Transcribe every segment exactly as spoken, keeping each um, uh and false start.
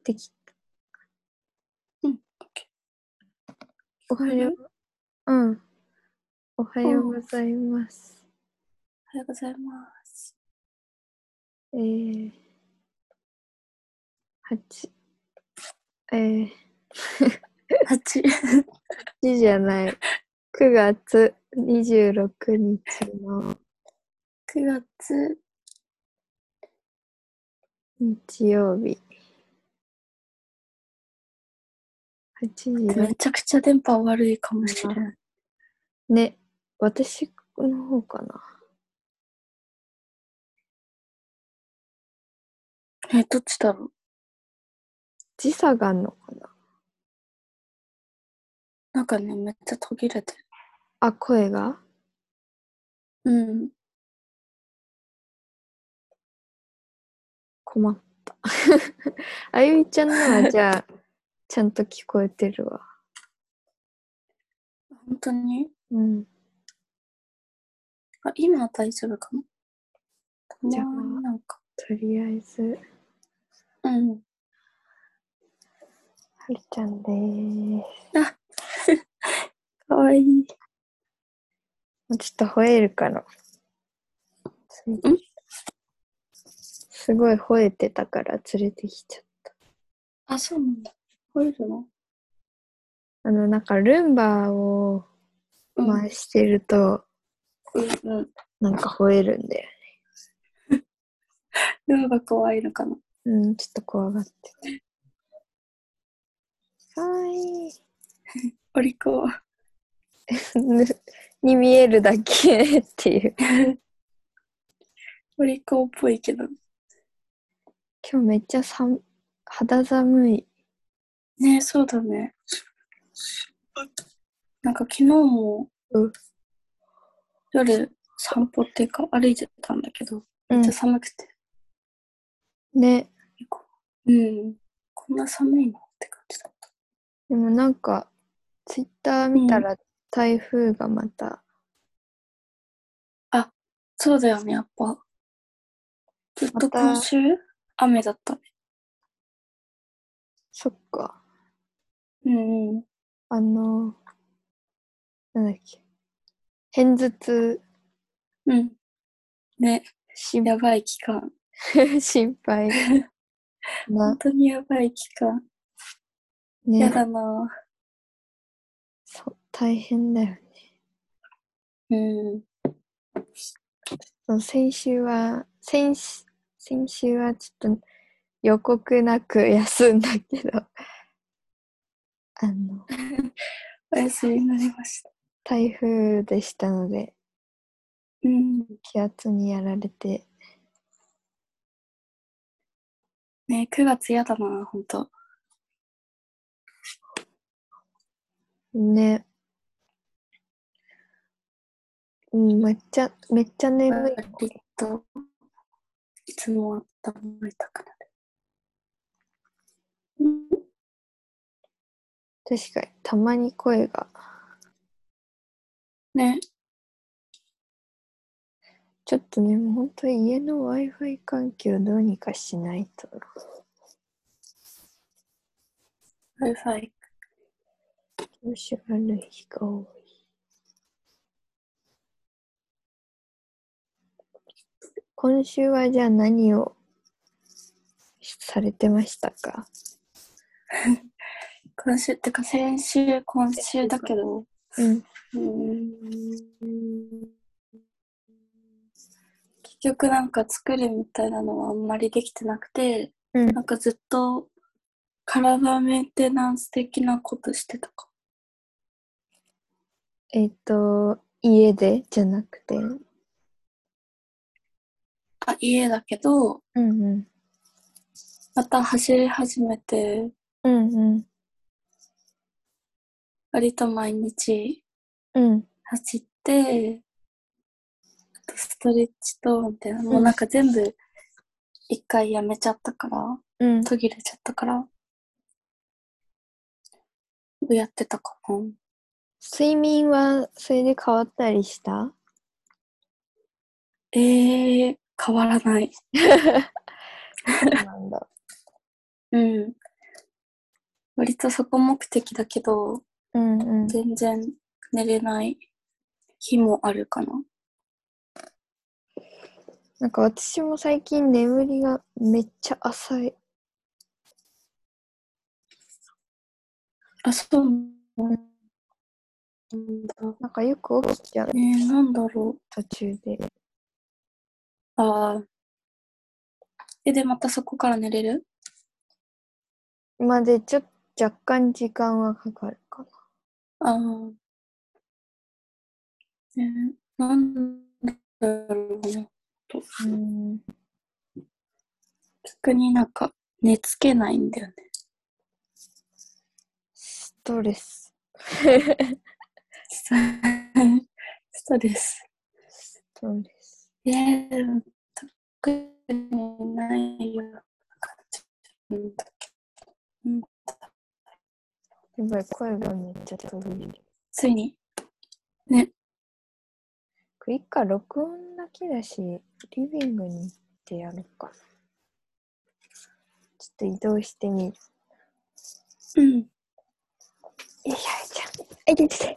てきた。 うん。 おはよう。うん。おはようございます。 おはようございます。 えー、八、えー、 八。 八じゃない。くがつにじゅうろくにちのくがつ日曜日。はちじめちゃくちゃ電波悪いかもしれない。 ね、私の方かな。 え、どっちだろう。 時差があんのかな。 なんかね、めっちゃ途切れてる。 あ、声がうん。 困った。あゆみちゃんのはじゃあ、ちゃんと聞こえてるわ。 本当に？ うん。 あ、今は大丈夫かも。たじゃあ、 まになんか。 とりあえず、 うん。 はるちゃんでーす。 あかわいい。 ちょっと吠えるかな。 んすごい吠えてたから連れてきちゃった。 あ、そうなんだ。吠えるの？ あの、なんかルンバを回してると、 うんうん。 なんか吠えるんだよね。 ルンバ怖いのかな。 うん、ちょっと怖がってる。はーい。 お利口。 に見えるだけっていう。 お利口っぽいけど。 今日めっちゃ寒、肌寒い。 ね、そうだね。なんか昨日もうん夜散歩っていうか歩いてたんだけど、めっちゃ寒くて。 うん、ね。 うん。こんな寒いのって感じだった。 でもなんか、ツイッター見たら台風がまた。 うん、あ、そうだよね、やっぱ。ずっと今週雨だったね。 そっか。 うんうん。 あの、なんだっけ。偏頭痛。 うん。ね、 しやばい期間。 心配な。 本当にやばい期間。 ね。 やだな。 そう、大変だよね。 うん。 そう先週は、先週、先週はちょっと予告なく休んだけど、あの、 お休みになりました。 台風でしたので、 うん。 気圧にやられて。 ね、くがつやだな、ほんと。 ね。うん、めっちゃ、めっちゃ眠い。 割と、いつも温まりたくなる。うん、 確かに、たまに声が。 ね。 ちょっとね、もう本当に家の Wi-Fi 環境どうにかしないと。 Wi-Fi。 調子悪い日が多い。今週はじゃあ何をされてましたか？ 今週ってか先週、今週だけど、 うん。 うーん、結局なんか作るみたいなのはあんまりできてなくて、 うん。 なんかずっと体メンテナンス的なことしてたか。 えっと、家でじゃなくて。 あ、家だけど、 うんうん。 また走り始めて、 うんうん。 割と毎日うん。 走って、あとストレッチと、みたいな、 うん。 もうなんか全部一回やめちゃったから、 うん。 途切れちゃったから、やってたかな。 睡眠はそれで変わったりした？ えー、変わらない。 そうなんだ。 うん。 割とそこ目的だけど、 うんうん。 全然寝れない日もあるかな。 なんか私も最近眠りがめっちゃ浅い。 あ、そううん、 なんだ。 なんかよく起きちゃう、 えー、なんだろう。 途中で。 ああ。え、で、またそこから寝れる？ までちょっと若干時間はかかるかああ。えー、なんだろうな。とな。うん。 逆になんか寝つけないんだよね。 ストレス。 ストレス。 ストレス。 えー、でも特にないような感じなんだけど。うん、 やっぱり声がめっちゃ飛ぶ。 ついに。ね。 これいっか、録音だけだし、リビングに行ってやるか。ちょっと移動してみる。 うん。 よいしょ、じゃあ。あ、いててて。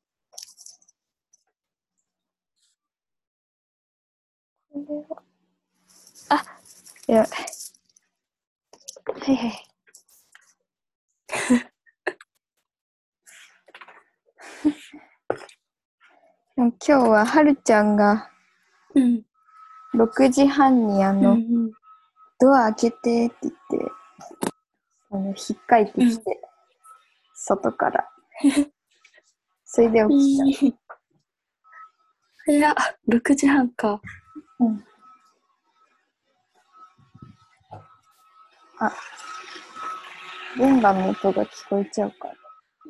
これは。あ、やばい。はいはい。今日ははるちゃんがうん。 ろくじはんにあうん。 の、 うん。 ドア開けてって言って、あの、引っかいてきて、外から。それで起きた。 いい。いや、ろくじはんか。 うん。あ、玄関の音が聞こえちゃうから。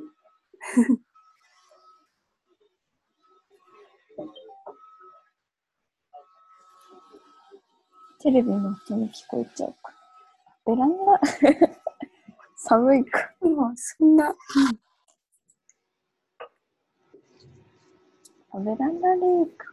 テレビの音も聞こえちゃうから。ベランダ寒いか。 今、そんな、 あ、ベランダでいいか。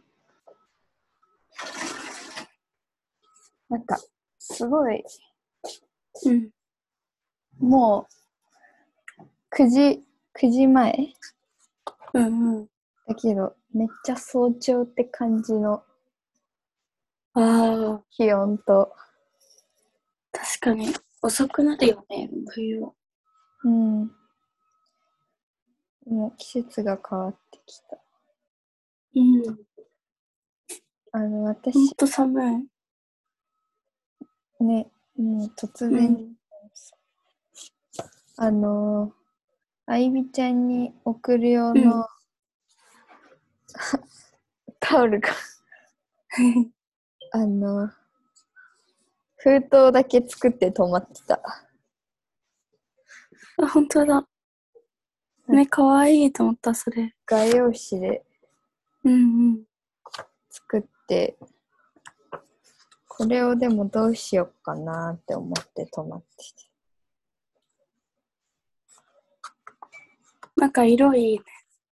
なんか、すごい、 うん。 もう、くじ、くじまえうんうん。 だけど、めっちゃ早朝って感じのああ、 気温と、 確かに遅くなるよね、冬は。 うん。もう季節が変わってきた。 うん。 あの、私、 ほんと寒い。 ね、もう突然、 うん。 あの、あいびちゃんに送る用うん。 のタオルがあの、封筒だけ作って止まってた。 あ、ほんとだ。ね、かわいいと思った、それ。 画用紙でうんうん。 作って、これをでもどうしよっかなって思って止まってて。 なんか色いいね。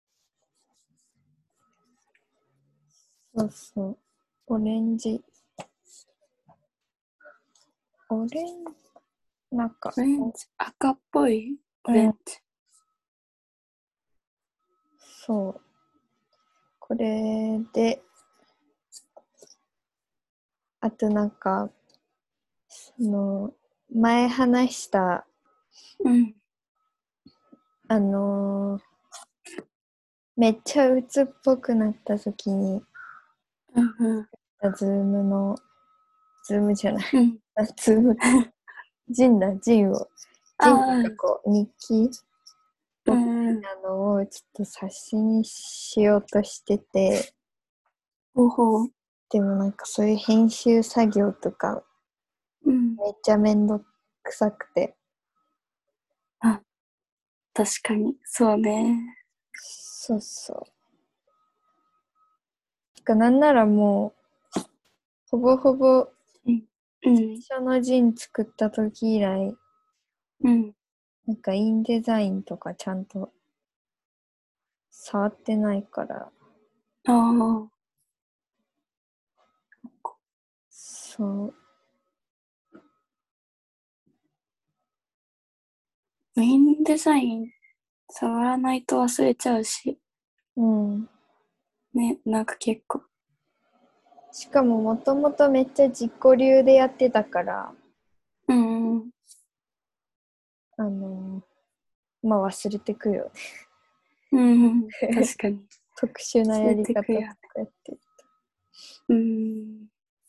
そうそう。オレンジ。オレンジ、なんか、 オレンジ、赤っぽいオうん、 レンジ。 そう。これで、あとなんか、その、前話した、 うん。 あのーめっちゃ鬱っぽくなった時に、 うんうん。 ズームの、ズームじゃない、 うん。 あ、ズーム、ジンだ、ジンを、ジンっていうかああ、 こう、日記うみんうん。 たいなのをちょっと冊子にしようとしてて、 ほうほう。 でもなんかそういう編集作業とかうん。 めっちゃめんどくさくて、 あ、確かに。そうね。 そうそう。てかなんならもう、ほぼほぼうん。うん。 最初のジン作った時以来、 うん。 なんかインデザインとかちゃんと触ってないから、 ああ。 そう。 メインデザイン触らないと忘れちゃうし。 うん。 ね、なんか結構。 しかももともとめっちゃ自己流でやってたから、 うん。 あのー、まあ忘れてくよね。 うん。確かに。 特殊なやり方とかやってる。 うん。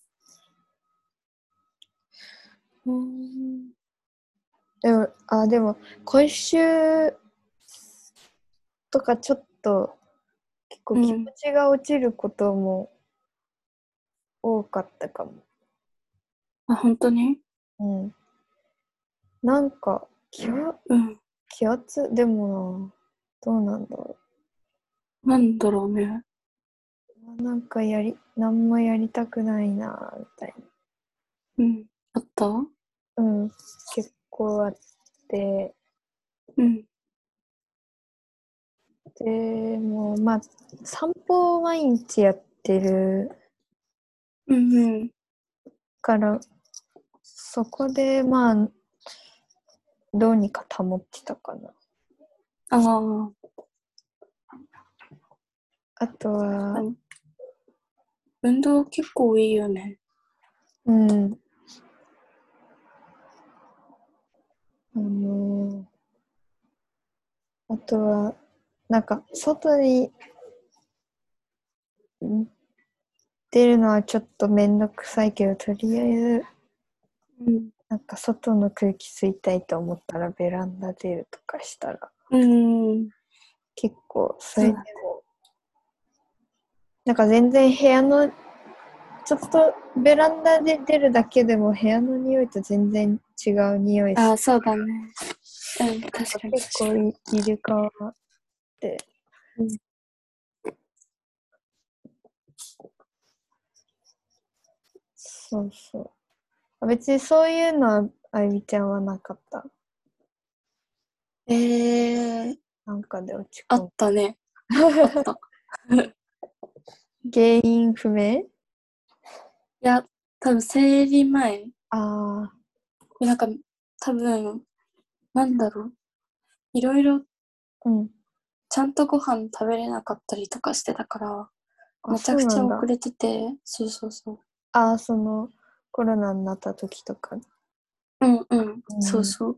うん。 でも、あ、でも、今週とかちょっと結構気持ちが落ちることも多かったかも。 あ、本当に？ うん。なんか、気圧、 うん。 気圧、でもな、どうなんだろなんだろうね。 う。なんかやり、なんもやりたくないな、みたいうん。あった？ な。うん、結構あって、 うん。 でも、まあ、散歩を毎日やってるうんうん。 から、そこで、まあ、どうにか保ってたかな。 ああ。 あとは、 運動結構いいよね。 うん、あのーあとは、なんか、外に出るのはちょっとめんどくさいけど、とりあえず、 うん。 なんか外の空気吸いたいと思ったらベランダ出るとかしたら、 うん。 結構、それでそうだね。 も、なんか全然部屋の、ちょっとベランダで出るだけでも部屋の匂いと全然違う匂いすああ、そうだね。うん、確かにる。結構確かに。 入れ替わって、 うん。 そうそう。別にそういうのは、あゆみちゃんはなかった。 えー、 なんかで落ちあ込む。 ったね。あった。 原因不明？ いや、多分生理前。 ああ、 なんか、多分、なんだろう。いろいろうん。 ちゃんとご飯食べれなかったりとかしてたから、 あ、 めちゃそうなんだ。 くちゃ遅れてて、そうそうそう。 ああ、その、コロナになった時とか。 うんうん、 うん。 そうそう。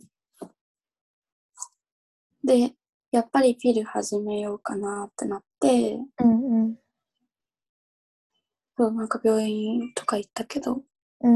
で、やっぱりピル始めようかなってなって、 うんうん。 そう、なんか病院とか行ったけど、 うん。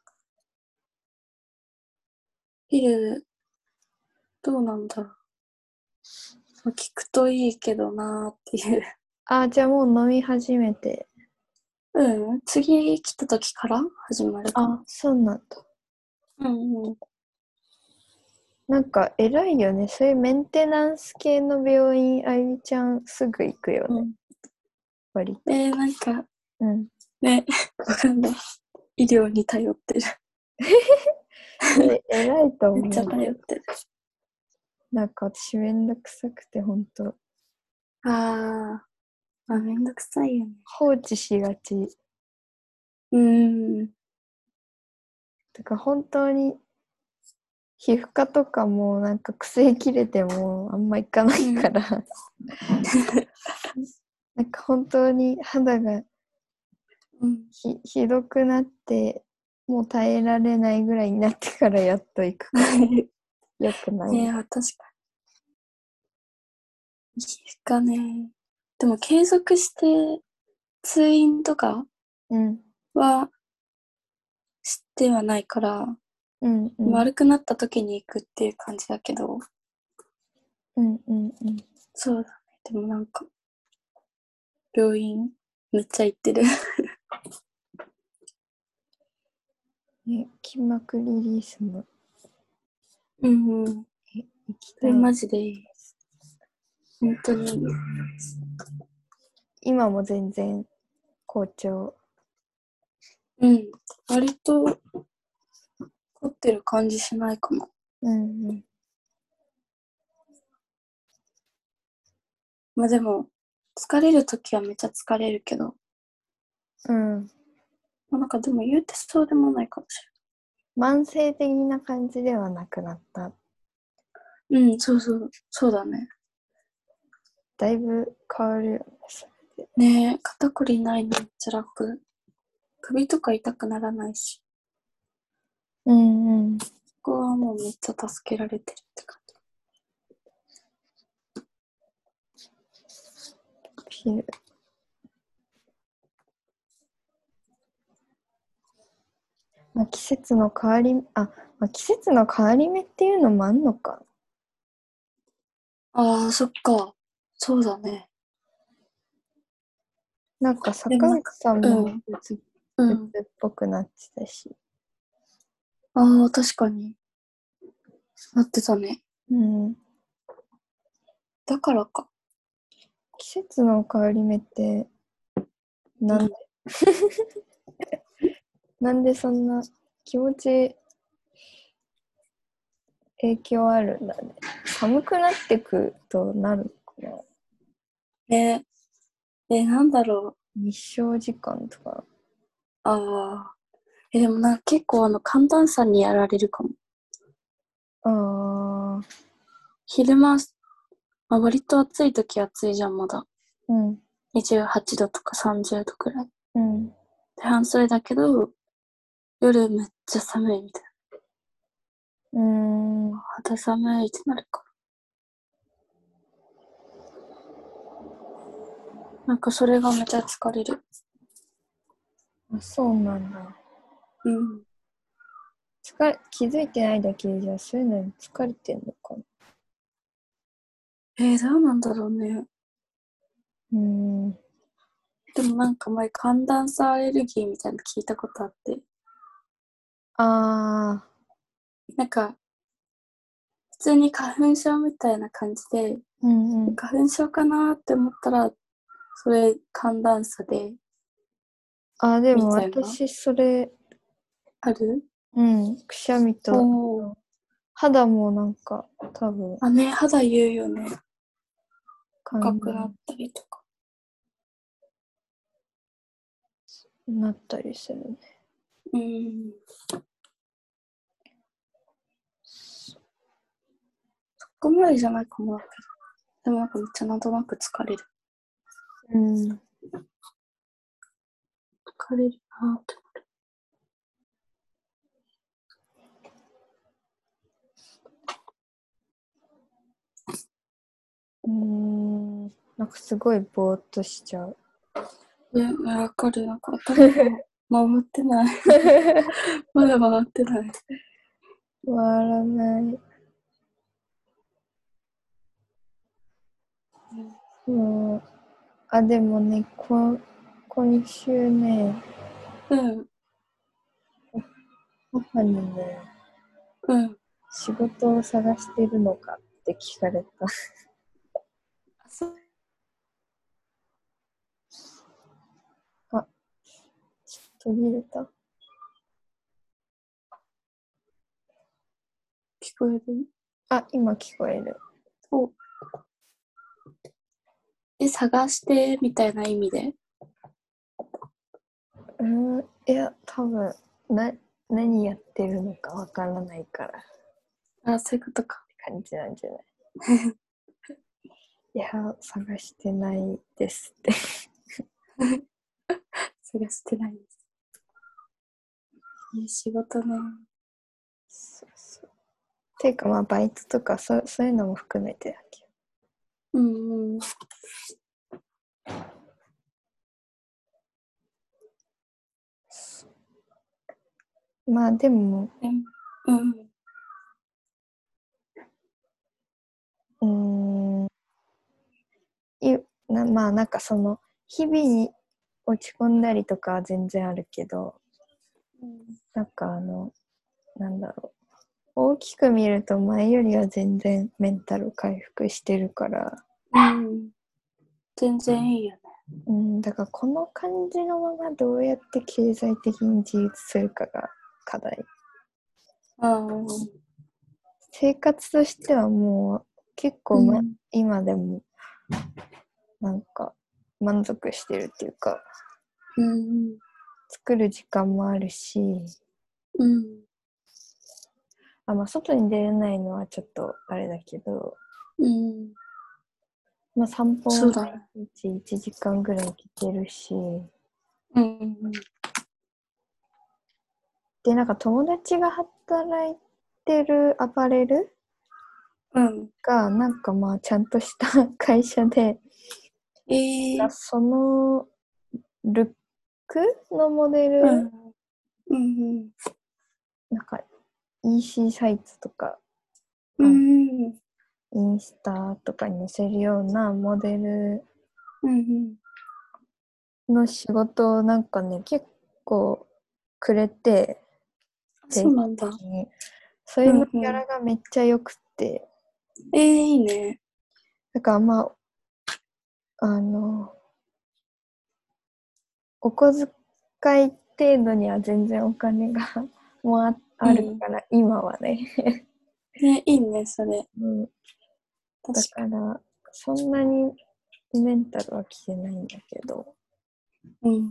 ピル、どうなんだろう。聞くといいけどなーっていう。 ああ、じゃあもう飲み始めて。 うん、次来た時から始まるかも。 あ、そうなんだ。 うんうん。 なんか偉いよね。そういうメンテナンス系の病院、あゆみちゃんすぐ行くよね。 うん、 割と。 で、なんか、 うん。 ね、わかんない。医療に頼ってる。 え、偉いとめっちゃ思うけど。 頼ってる。 なんか私めんどくさくてほんとあー、まあ、めんどくさいよね。 放置しがち。 うーん。 てか本当に皮膚科とかもなんか薬切れてもあんま行かなうん。 いからなんか本当に肌がうん。 ひひどくなってもう耐えられないぐらいになってからやっと行くからよくない。 いや、確かに。皮膚科ね。でも継続して通院とかうんはしてはないから、 うんうん悪くなった時に行くっていう感じだけど、 うんうんうん。 そうだね。でもなんか、病院めっちゃ行ってる。 ね、筋膜リリースもうんうん。 え行きそれたい。 マジでいい。本当にいい。 今も全然好調。 うん。割と凝ってる感じしないかも。 うんうんまあでも、疲れるときはめっちゃ疲れるけど、 うん。 まあ、なんかでも言うてそうでもないかもし慢性的な感じではなくなった。 うん、そうそう、そうだね。 だいぶ変わるよね、それで。 ねえ、肩こりないのめっちゃ楽。首とか痛くならないし。 うんうん。 ここはもうめっちゃ助けられてるって感じ。 ピル。まあ、季節の変わり、あ、まあ、季節の変わり目っていうのもあんのか。 ああ、そっか。そうだね。 なんか坂内でもなんか、 さんもうん、 うつ、うつうん。 っぽくなってたし。 ああ、確かになってたね。 うん。 だからか。 季節の変わり目ってなんで、なんでそんな気持ち影響あるんだね。寒くなってくとなるのかな。 え、え、なんだろ日照時間とか。 う。ああ。え、でもなんか結構あの寒暖差にやられるかも。 ああ、 昼間、まあ、割と暑い時暑いじゃん、まだ。 うん、 にじゅうはちどとかさんじゅうどくらい。 うん。 で、半袖だけど、夜めっちゃ寒いみたいうーん、 な。肌寒いってなるから。なんかそれがめっちゃ疲れる。 あ、そうなんだ。 うん。 疲れ、気づいてないだけでじゃあそういうのに疲れてんのかな。 えー、どうなんだろうね。 うーん、 でもなんか前寒暖差アレルギーみたいなの聞いたことあって。 ああ、 なんか普通に花粉症みたいな感じで、 うんうん。 花粉症かなって思ったら、それ寒暖差で、 あ、でもみたいな。 私それ、 ある。 うん、くしゃみと、 おー。 肌もなんか多分あ、ね、肌言うよね。赤感くなったりとか。 じになったりするね。 うん。そこまでじゃないかもだけど。でもなんかめっちゃなんとなく疲れる。 うん。 疲れるなって。 うーん、なんかすごいぼーっとしちゃう。 ね、わかる。なんか頭が回ってない。まだ回ってない。 終わらない。もう、あ、でもね、こ今週ね、 うん、 母にね、 うん。 仕事を探してるのかって聞かれた。 あ、そう。 あ、ちょっと途切れた。 聞こえる。 あ、今聞こえる。 そう。え、探してみたいな意味で。 うーん、いや、多分、な、何やってるのかわからないからってあ、そういうことか。 感じなんじゃない？いや、探してないですって。 探してないです。え、仕事ね。 そうそう。ていうか、まあ、バイトとか、そそういうのも含めてだけうんうん。 ど。まあ、でも、 でも、うん。 うーん、いなまあ、なんかその、日々に落ち込んだりとかは全然あるけど、なんかあの、なんだろう。大きく見ると前よりは全然メンタル回復してるから、 うん。全然いいよね。 うん、だからこの感じのままどうやって経済的に自立するかが課題。 ああ、 生活としてはもう結構、ま、 うん。 今でもなんか満足してるっていうか、 うん。 作る時間もあるし、 うん。 あ、まあ外に出れないのはちょっとあれだけど、 うん。 まあ散歩もそうだね。 毎日いちじかんぐらい行けてるし、 うんうんうん。 で、なんか友達が働いてるアパレルうん。 が、なんかまあちゃんとした会社で、 えー。 そのルックのモデル、 うん。うんなんか イーシー サイトとか、 うん。 あのうん。 インスタとかに載せるようなモデルうんの仕事をなんかね、結構くれて、 うん。 定期そうなんだ。 的に。それのギャうんうん。 ラがめっちゃ良くて、 えー、いいね。 だからまあ、あの、お小遣い程度には全然お金がもう あ, あるうん。 から、今はね。 ね、いいね、それ。 うん、だ確かから、そんなにメンタルは来てないんだけど。 に。うん。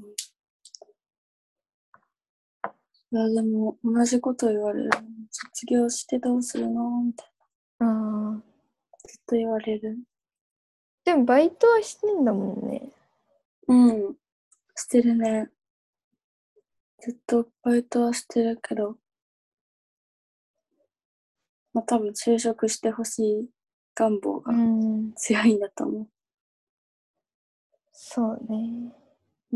いや、でも、同じこと言われる。卒業してどうするのみたいああ、 な。ずっと言われる。 でもバイトはしてんだもんね。 うん。してるね。ずっとバイトはしてるけど、まあ多分就職してほしい願望うがん、 強いんだと思そうね。 う。うん。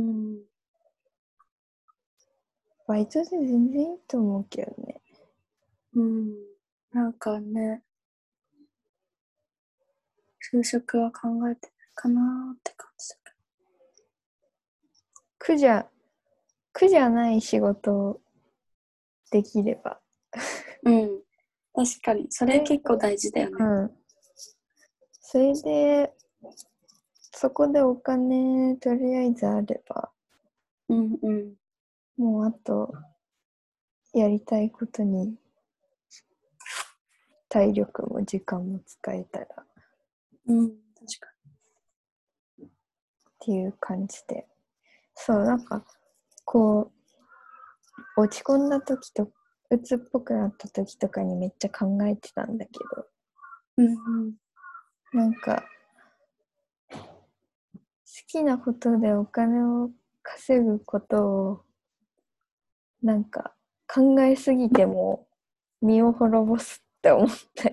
バイトで全然いいと思うけどね。 うん。なんかね、就職は考えてないかなーって感じだけ苦じゃ、苦じゃない仕事できれば。 ど。うん。確かに。それ結構大事だよね。 うん。それで、そこでお金とりあえずあれば、 うんうん。 もうあと、やりたいことに体力も時間も使えたらっうん。確かていう感じで。そう、なんか、こう、落ち込んだ時と、鬱っぽくなった時とかにめっちゃ考えてたんだけど、 に。うんうん。 なんか、好きなことでお金を稼ぐことを、なんか、考えすぎても身を滅ぼすって思って。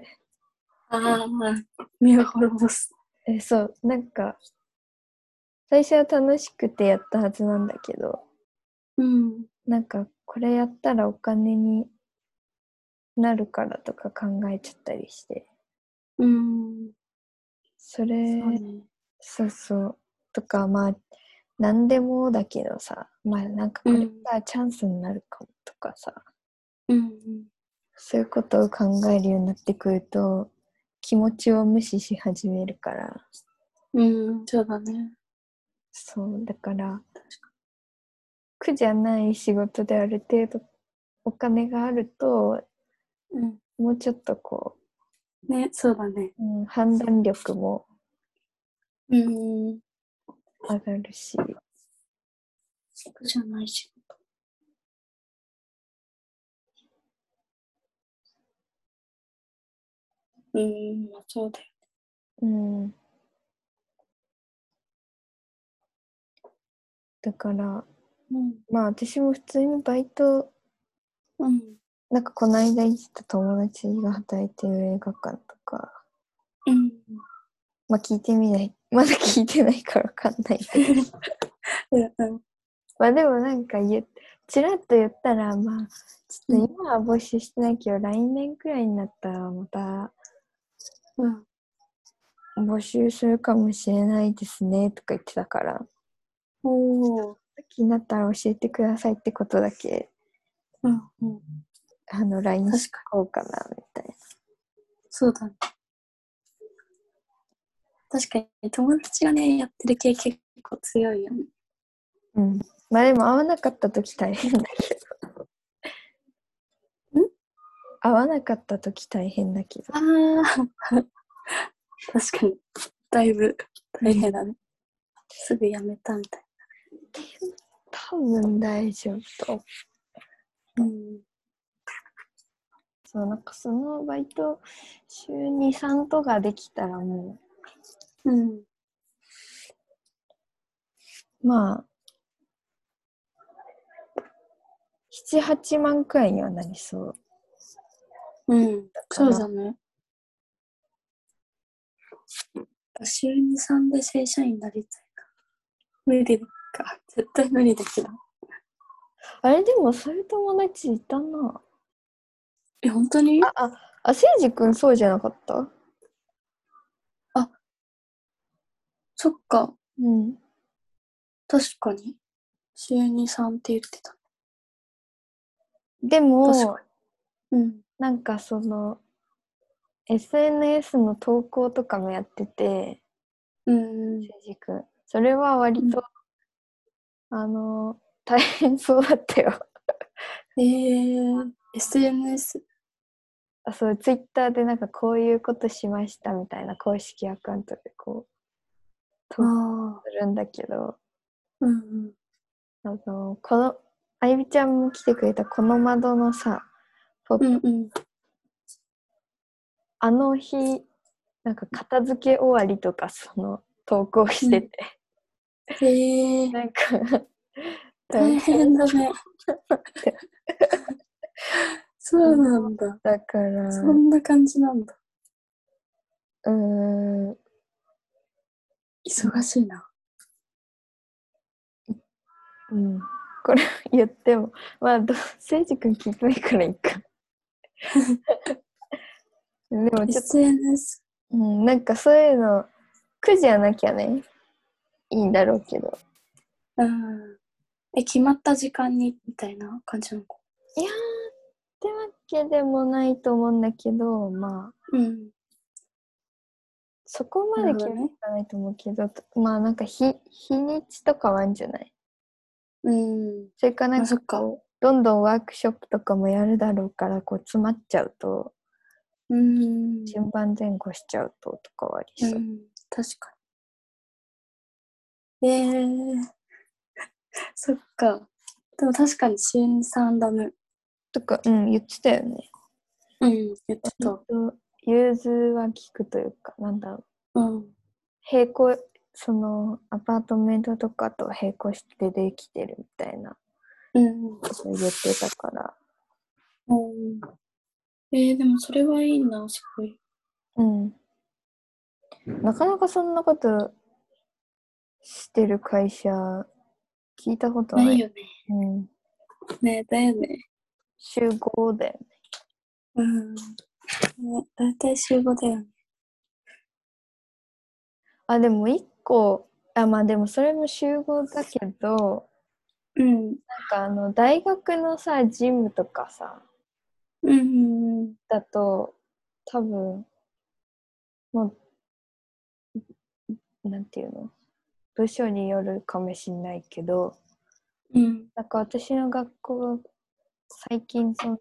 ああ、身を滅ぼす。 え、そう、なんか、最初は楽しくてやったはずなんだけど、 うん。 なんか、これやったらお金になるからとか考えちゃったりして、 うん。 それ、 そうね。 そうそう、とか、まあ、なんでもだけどさ、まあなんかこれうん。 がチャンスになるかもとかさ、 うんうん。 そういうことを考えるようになってくると、気持ちを無視し始めるから、 うん、そうだね。 そう、だから、苦じゃない仕事である程度お金があると、 うん。 もうちょっとこね、そうだね。 う、うん、判断力もうん。 上がるし、 苦じゃないし。うん、そうだよ。 うん、だから、 うん。 まあ私も普通にバイト、 うん。 なんかこの間言ってた友達が働いてる映画館とか、 うん。 まあ聞いてみない。まだ聞いてないからわかんないんだけど。 うん。 まあでもなんか言ちらっと言ったら、まあ、ちょっと今は募集してないけど、来年くらいになったらまたうん。 募集するかもしれないですねとか言ってたから、 おー。 気になったら教えてくださいってことだけ、 うん。うん。 あの、ライン し確かに。 こうかな、みたいそうだね。確かに、友達がね、やってる系結構強いよね。 な。うん。まあでも会わなかった時大変だけど。 ん会わなかった時大変だけど。 ああ、確かに。だいぶ大変だね。すぐやめたみたい多分大丈夫と。 な。うん。 そう、なんかそのバイト週に、さんとかできたらもう、うん。 う、まあ、なな、はちまんくらいにはなりそう。 うん。 だから、 そうだね。週に、さんで正社員になりたいな。無理か。絶対無理だけど。 あれでもそういう友達いたな。 え、本当に？ あ、あ、あ、せいじくんそうじゃなかった？ あ、そっか。 うん。 確かに。週に、さんって言ってた。 で確も、 かに。うん。 なんかその、エスエヌエス の投稿とかもやってて、 うん。 せいじくん。それは割うん、 と、あの、大変そうだったよ。 えー、エスエヌエス。 あ、そう、ツイッターでなんかこういうことしましたみたいな公式アカウントでこう、 あ投稿あ、 するんだけど、 うん、 あの、この、あゆみちゃんも来てくれたこの窓のさ、ポッうん、 プ、 うん、 あの日、なんか片付け終わりとかその投稿うん。 してて、 えー、 なんか大大変変だね。 そうだって。 そうなんだ。 だから、 そんな感じなんだ。 うーん、 忙しいな。 うん。これ言っても、まあ、どせいじくん聞いてないからいいか。でもちょっと、 エスエヌエス。 うん、なんかそういうの、苦じゃなきゃね、いいんだろうけど。 うん。え、決まった時間に、みたいな感じなのか。 いやーってわけでもないと思うんだけど、まあ、 うん。 そこまで決めていなるほどね。 かないと思うけど、まあなんか日、日にちとかはあるんじゃない？ うん。 それかなんかまあ、そっか。 こう、どんどんワークショップとかもやるだろうから、こう詰まっちゃうと、 うん。 順番前後しちゃうととかはありそう。 うん。確かに。えー、そっか。でも確かに週に、さんだね。 とか、うん、言ってたよね。 うん、言ってた。 割と融通は効くというか、なんだろう。 うん。 並行、そのアパートメントとかと並行してできてるみたいなうん。 こと言ってたから。 うん。えー、でもそれはいいな、すごい。 うん。なかなかそんなことしてる会社聞いたことない。 ないよね。 うん。 ね、だよね。 週ごだよね。 うん。ね、だいたい週ごだよね。 あ、でも一個、あ、まあでもそれも週ごだけど、 うん。 なんかあの、大学のさ、ジムとかさ、 うん。 だと、多分、もう、なんていうの、部署によるかもしんないけど、 うん。 なんか私の学校、最近その、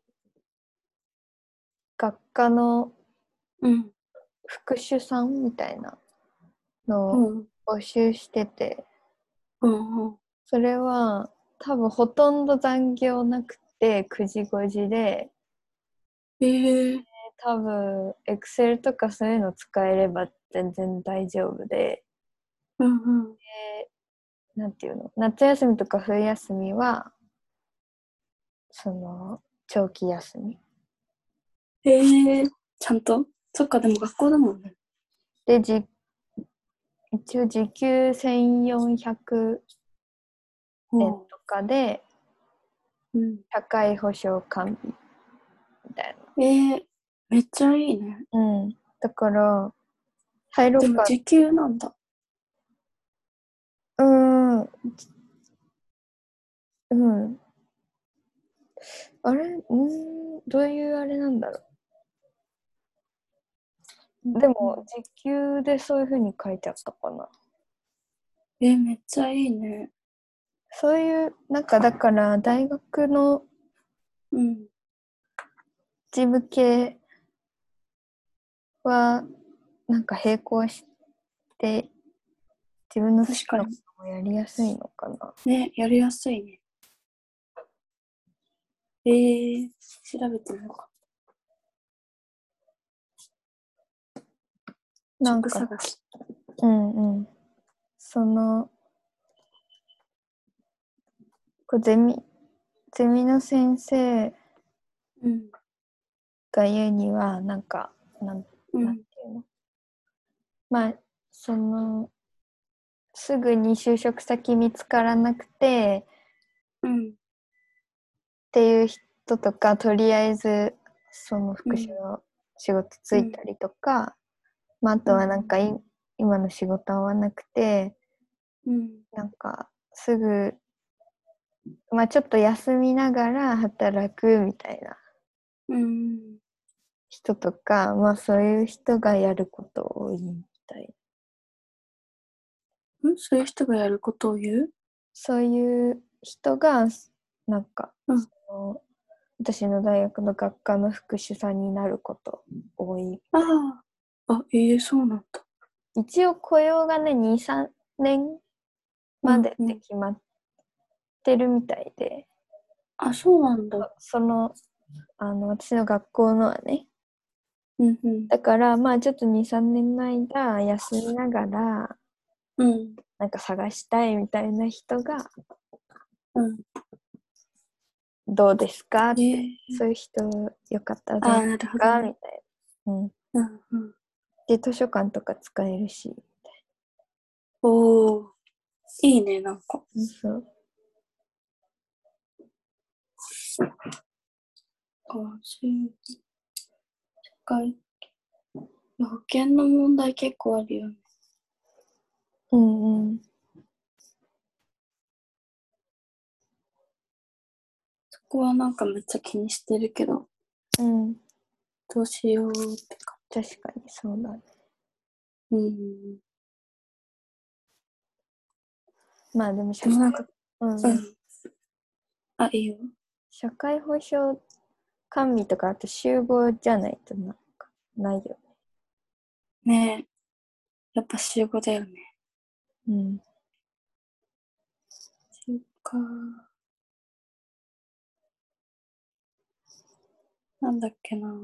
学科のうん。 副主さんみたいなのをうん。 募集してて、 うん。うん。 それは多分ほとんど残業なくてくじごじで、 えー。 多分 Excel とかそういうの使えれば全然大丈夫で、 うん。うん。 で、なんていうの、夏休みとか冬休みはその長期休みえー。ちゃんとそっか、でも学校だもんね。 で、じ一応時給せんよんひゃくえんうとかでん。 社会保障完備みたいえー。めっちゃいいね。 な。うん。だから入ろうか。 でも時給なんだ。 うーん、うん。あれ、うーん、どういうあれなんだろう。でうん。 も、時給でそういう風に書いてあったかな。 えー、めっちゃいいね。 そういう、なんかだから大学のうん。 事務系は、なんか並行して自分の好きなこ確かに。 ともやりやすいのかな。 ね、やりやすいね。えー、調べてみようか。 なんか、 職探し。 うんうん。その、こうゼミ、ゼミの先生うん。 が言うには、なんか、なん、なんうん。 ていうの、まあ、その、すぐに就職先見つからなくて、 うん。 っていう人とか、とりあえず、その福祉の仕事ついたりとか、まあ、あとはなんかい、今の仕事合わなくて、 うん。 なんか、すぐ、まあ、ちょっと休みながら働くみたいなうん。 人とか、まあ、そういう人がやること多いみたい。 うん、そういう人がやることを言う？ そういう人が、なんか、 うん。 その私の大学の学科の副主査になること多い。 ああ。あ、ええー、そうなんだ。 一応雇用がね、に、さんねんまでうんうん。 って決まってるみたいで、 あ、そうなんだ。 その、あの、私の学校のはね、 うんうん。 だから、まあちょっとに、さんねんの間休みながら、 うん。 なんか探したいみたいな人が、 うん。 どうですかっええて、 ー。 そういう人よかったらどああ、 うでなるすかみほどね。 たいな。うん。 うんうん。 で、図書館とか使えるし、 おー、いいね、なんか。 そう。 あ、そういう社会、保険の問題結構あるよね。 うんうん。 そこはなんかめっちゃ気にしてるけど、 うん。 どうしようってか。 確かにそうだね。 うん。 まあでも社会、 でもなんか、 うんうん、 うん。あ、いいよ。 社会保障管理とかあと集合じゃないとなんかないよねえ、やっぱ集合だよね。 ね。うん。 そっか。なんだっけな。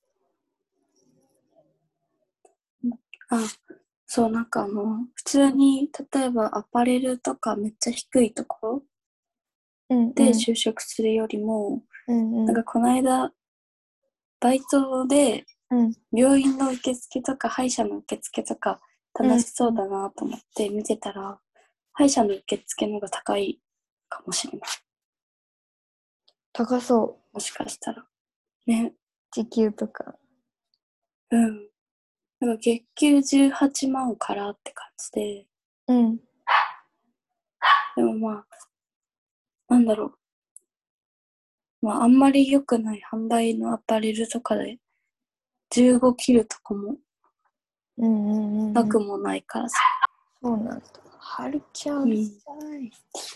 あ、そう、なんかあの、普通に、例えばアパレルとかめっちゃ低いところうんうん。 で就職するよりも、 うんうん。 なんかこの間、バイトでうん病院の受付とか歯医者の受付とかうん。 楽しそうだなと思って見てたら、歯医者の受付の方が高いかもしれない。 高そもしかしたら。ね。 う。時給とか。 うん。なんか月給じゅうはちまんからって感じで、 うん。 でもまあ、なんだろう。まあ、あんまり良くない販売のアパレルとかでじゅうご切るとかもうんうんうんうん。 なくもないからさ。 そうなんだ。はるちゃんううん。 るさい。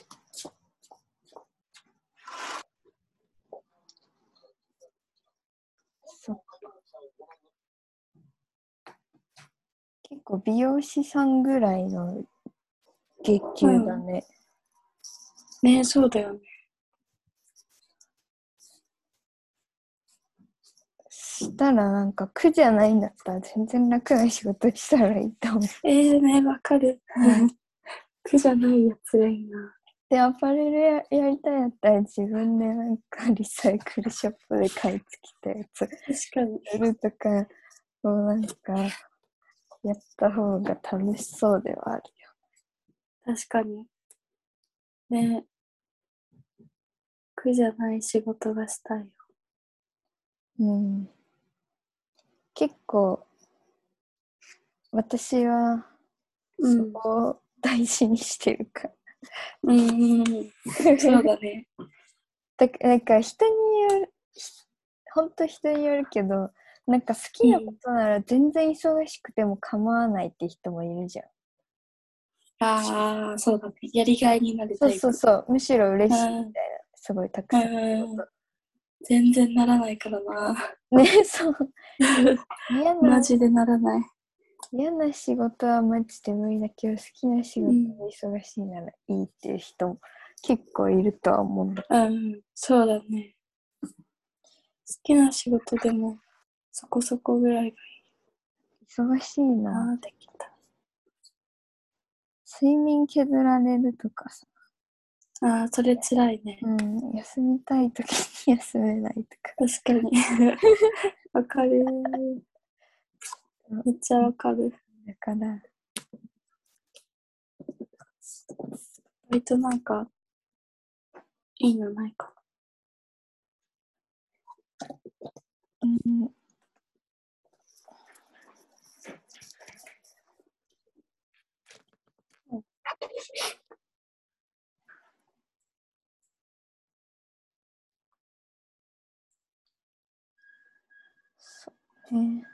そっか。結構美容師さんぐらいの月給だうん。 ね。 ねえ、そうだよね。 したらなんか苦じゃないんだったら全然楽な仕事したらいいと思う。 ええー、ね、わかる。 うん。 苦じゃないやつがいいな。 で、アパレルや、やりたいやったら自分でなんかリサイクルショップで買い付けたやつ確かに。 売るとか、もうなんかやった方が楽しそうではある確かに。ね、苦じゃない仕事がしたいよ。 よ。うん。結構私はそうん。 こを大事にしてるから。 うんうんうん。そうだね。 だかなんか人による、ほんと人によるけど、なんか好きなこうん。 となら全然忙しくても構わないって人もいるじゃん。 ああ、そうだね。やりがいになるそうタイプ。 そうそう。むしろ嬉しいみうん。 たいな。すごいたくうさん仕ん。 事。 全然ならないからな。 ね、そう。嫌な、 マジでならない。 嫌な仕事はマジで無理だけど、好きな仕事でうん。 忙しいならいいっていう人も結構いるとは思うんだ。 うん。そうだね。好きな仕事でもそこそこぐらいがいい。 忙しいな。 あーできた。 睡眠削られるとかさ。 ああ、それつらいね。 うん、休みたい時に休めないとか。 確かに。わかる。めっちゃわかる。 だから、 割となんか、いいのないかうん、そうね。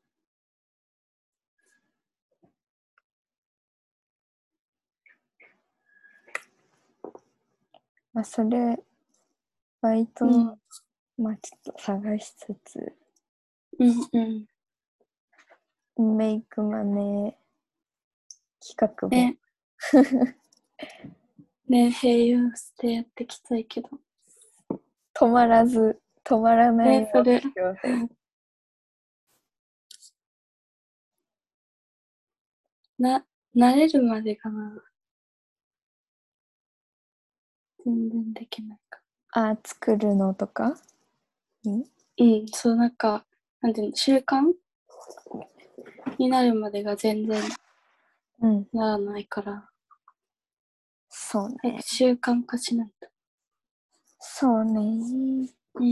まあ、それ、バイトな。 の、まあ、ちょっと探しつつ、 うんうんメイクマネー企画うん。 も、 ね、ね、併用してやっていきたいけど。 止まらず、止まらないね、それ。 目標で。 な、慣れるまでかな。全然できないか。 あ、作るのとかんうん、そう、なんか、なんていうの、習慣になるまでが全然うん。 ならないから、 そうね。 早く習慣化しないと。 そうね。 うん。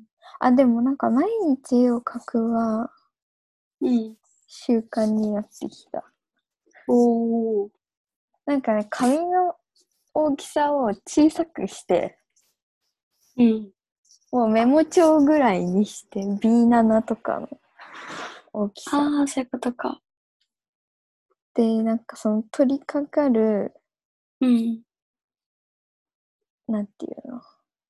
あ、でもなんか毎日絵を描くはうん。 習慣になってきた。 おー。 なんかね、紙の大きさを小さくして、 うん。 もうメモ帳ぐらいにして、ビーなな とかの大きさ。 ああ、そういうことか。 で、なんかその取り掛かる、 うん。 なんていうの、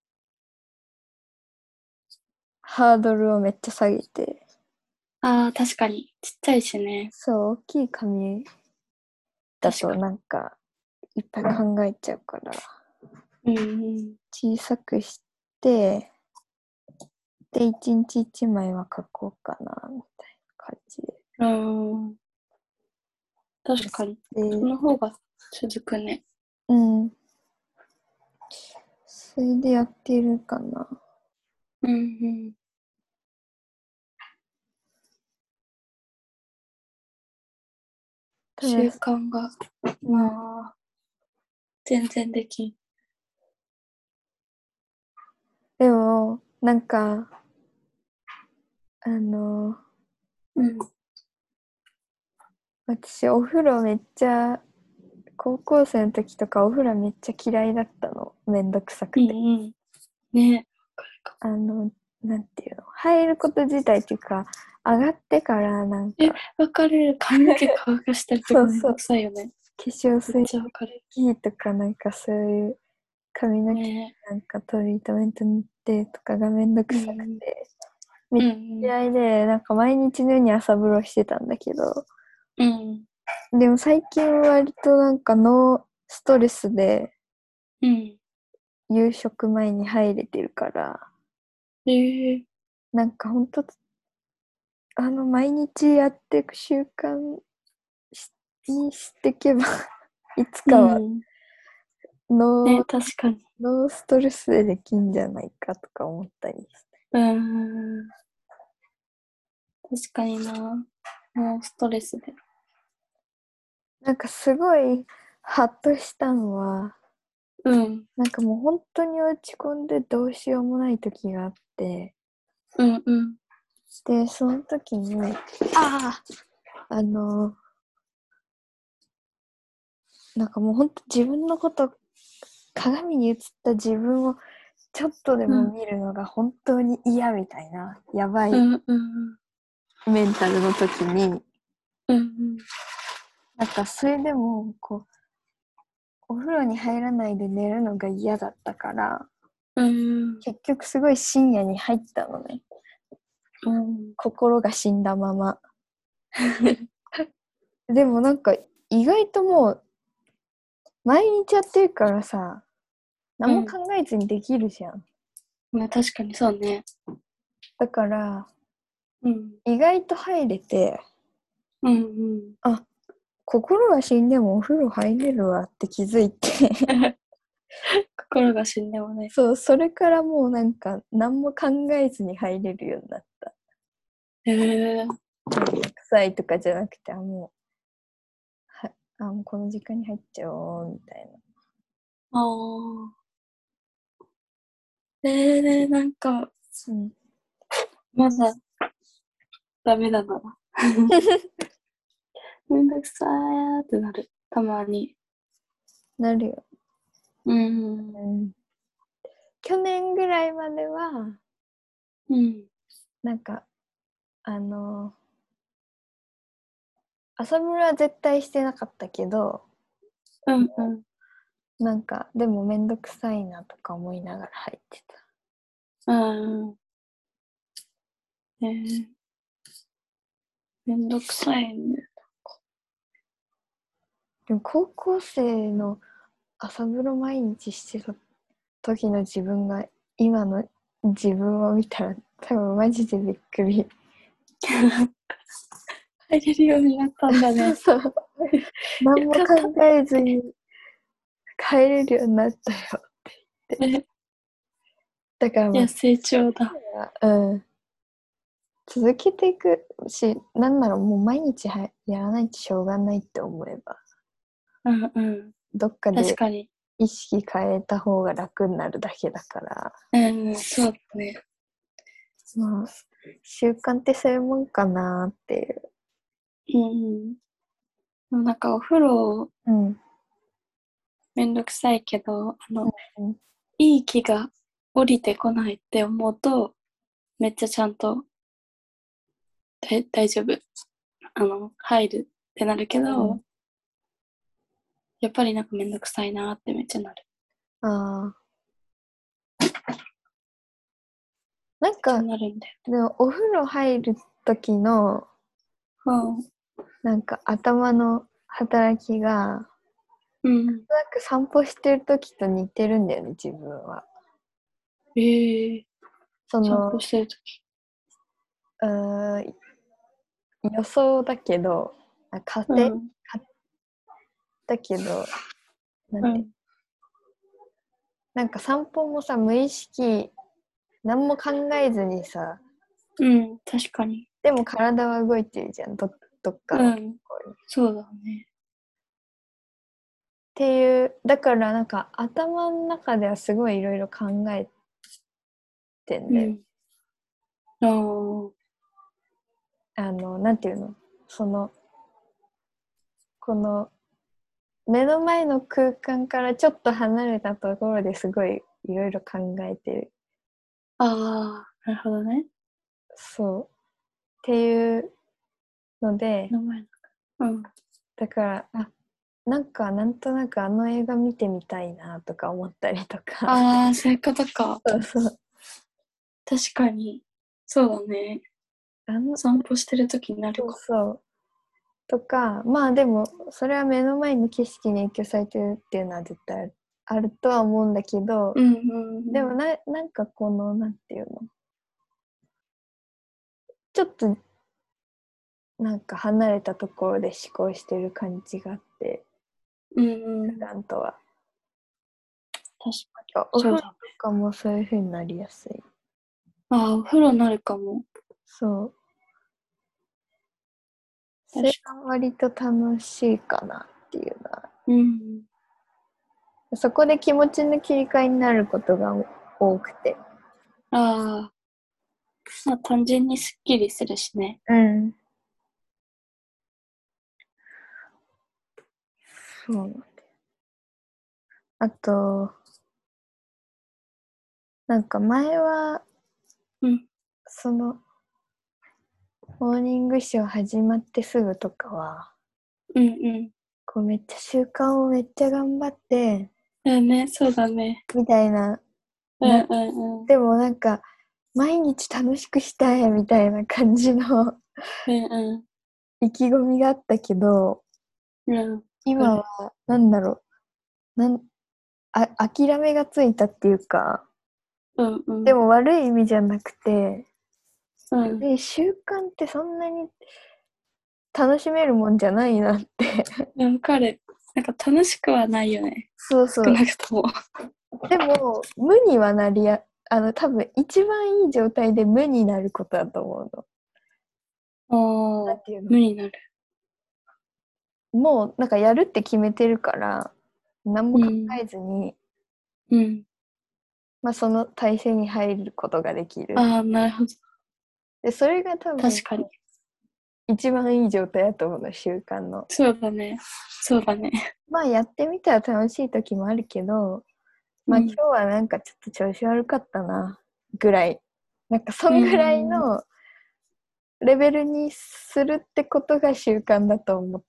ハードルをめっちゃ下げて、 ああ、確かに。ちっちゃいしね。 そう、大きい紙だと確かなんか、いっぱい考えちゃうから、 に。うんうん。 小さくして、で、一日一枚は書こうかな、みたいな感じで。 うーん。確かに。そで、 の方が続くね。 うん。それでやってるかな。 うんうん。習ただ、 慣が、 うん。 まあ、全然できん。 でも、なんか、あの、 うん。 私、お風呂めっちゃ、高校生の時とかお風呂めっちゃ嫌いだったの。めんどくさくうんて。 うん。ね。 あの、なんていうの、入ること自体っていうか、上がってからなんえ、 か、 わかる。髪の毛乾かしたりとかめんどそうそう、 くさいよね。 化粧めっ水ちゃわかる。 キーとかなんかそういう髪の毛ね。 なんかトリートメント塗ってとかがめんどくさくうんて、めっちゃうん。 嫌いで、なんか毎日のように朝風呂してたんだけど、 うん。 でも最近割となんかノーストレスでうん。 夕食前に入れてるから、 えー、 なんかほんと、あの、毎日やっていく習慣にしていけばいつうかはん。ね、 ノー、 確かに。 ノーストレスでできんじゃないかとか思ったりして。 うーん。確かにな。もうストレスで。 なんかすごいハッとしたのは、 うん。 なんかもう本当に落ち込んでどうしようもない時があって、 うんうん。 で、その時に、ああ、あの、なんかもう本当自分のこと、鏡に映った自分をちょっとでうん。 も見るのが本当に嫌みたいな、やばいうんうんメンタルの時に、 うん。 なんかそれでも、こう、お風呂に入らないで寝るのが嫌だったから、 うん。 結局すごい深夜に入ったのね。 うん。 心が死んだまま。でもなんか意外ともう毎日やってるからさ、何も考えずにできるじゃん。 まあ確かにそうね。 だからうん。 意外と入れて、 うんうん。 あ、心が死んでもお風呂入れるわって気づいて心が死んでもね。 そう、それからもうなんか何も考えずに入れるようになった。 へえー。 臭いとかじゃなくて、あ、もう、はあ、もうこの時間に入っちゃおうみたいな。 ああ。えー、なんか、 うん、 まだダメだな。めんどくさーってなる。たまに。 なるよ。 うん。 うん、去年ぐらいまでは、 うん。 なんか、あの、朝風呂は絶対してなかったけど、 うんうん。 なんか、でもめんどくさいなとか思いながら入ってた。 うん。えー、めんどくさいね。 でも高校生の朝風呂毎日してた時の自分が今の自分を見たら多分マジでびっくり。 入れるようになったんだね。 そうそう。何もよかった。 考えずに帰れるようになったよって言って。 ね、 だからまいや、成長だ。 あ、うん。続けていくし、なんならもう毎日はやらないとしょうがないって思えば、 うんうん。 どっかで確かに。 意識変えた方が楽になるだけだから、 うん、そうだね。 まあ、習慣ってそういうもんかなっていう。 うんうん。でもなんかお風呂うん。 めんどくさいけど、あの、 うん、 いい気が降りてこないって思うと、めっちゃちゃんとだ大丈夫。あの、入るってなるけど、やっぱりなんかめんどくさいなってめっちゃなる。 ああ。なんめっちゃか、 なるんだよ。 でもお風呂入る時の、 うん。 なんか頭の働きが、 うん。 なんか散歩してる時と似てるんだよね、自分は。 ええー、散歩その、 してるとき。 うーん、予想だけど、家庭、 うん。 だけど、なんて、 うん。 なんか散歩もさ、無意識、何も考えずにさ、 うん。確かに。 でも体は動いてるじゃん、どどっかの方うん。 向に。っそうだね。 ていう、だからなんか頭の中ではすごいいろいろ考えてんだよ。 うん。ああ。 あの、なんていうの、その、この目の前の空間からちょっと離れたところですごいいろいろ考えてる。 ああ、なるほどね。 そう。っていうので、 名前うん。 だから、あ、なんかなんとなくあの映画見てみたいなとか思ったりとか。 ああ、そういうことか。 そうそう。 確かに。そうだね。 あの、 散歩してるときになるそうかそう。とか、まあでも、それは目の前の景色に影響されてるっていうのは絶対あるとは思うんだけど、 も。うんうんうん。 でもな、なんかこの、なんていうの、ちょっとなんか離れたところで思考してる感じがあって、 うんう普ん。 段とは。 確かに。 お風呂とそうだね。 かもそういう風になりやすい。 ああ、お風呂になるかも。 そう。それ確かが割と楽しいかなっていうのは。 に。うん。 そこで気持ちの切り替えになることが多くて。 ああ、まあ単純にスッキリするしね。 うん。そうなんだよ。あと、なんか前は、 うん。 その、モーニングショー始まってすぐとかは、 うんうん。 こうめっちゃ習慣をめっちゃ頑張って、 だね、そうだね。 みたいな、な、 うんうんうん。 でもなんか、毎日楽しくしたいみたいな感じのうんう意気込みがあったけど、 ん。うん。わか今は、 る。 なんだろう、なんあ諦めがついたっていうか、 うんうん。 でも悪い意味じゃなくて、 うん。 で習慣ってそんなに楽しめるもんじゃないなって。 わかる。なんか楽しくはないよね。少そうそう。 なくとも。 でも、無にはなりや、あの、多分一番いい状態で無になることだと思うの。 ああ、 なんていうの、 無になる。 もう、なんかやるって決めてるから、何も考うん。 えずに、 うん。 まあ、その体制に入ることができる。 ああ、なるほど。 で、それが多分、 確かに。 一番いい状態だと思うの、習慣の。 そうだね。そうだね。 まあ、やってみたら楽しい時もあるけど、まあ、今うん。 日はなんかちょっと調子悪かったな、ぐらい。なんか、そうんぐらいん。 のレベルにするってことが習慣だと思って。